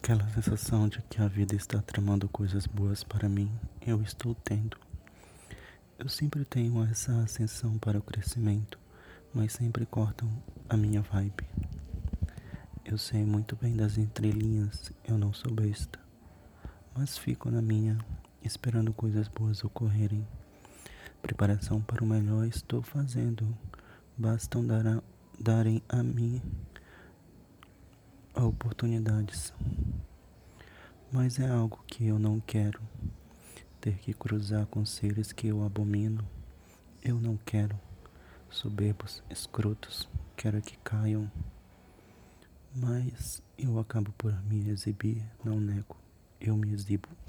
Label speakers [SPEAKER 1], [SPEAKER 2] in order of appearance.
[SPEAKER 1] Aquela sensação de que a vida está tramando coisas boas para mim, eu estou tendo. Eu sempre tenho essa ascensão para o crescimento, mas sempre cortam a minha vibe. Eu sei muito bem das entrelinhas, eu não sou besta, mas fico na minha, esperando coisas boas ocorrerem. Preparação para o melhor estou fazendo, bastam darem a mim oportunidades. Mas é algo que eu não quero, ter que cruzar com seres que eu abomino. Eu não quero, soberbos, escrotos, quero que caiam. Mas eu acabo por me exibir, não nego, eu me exibo.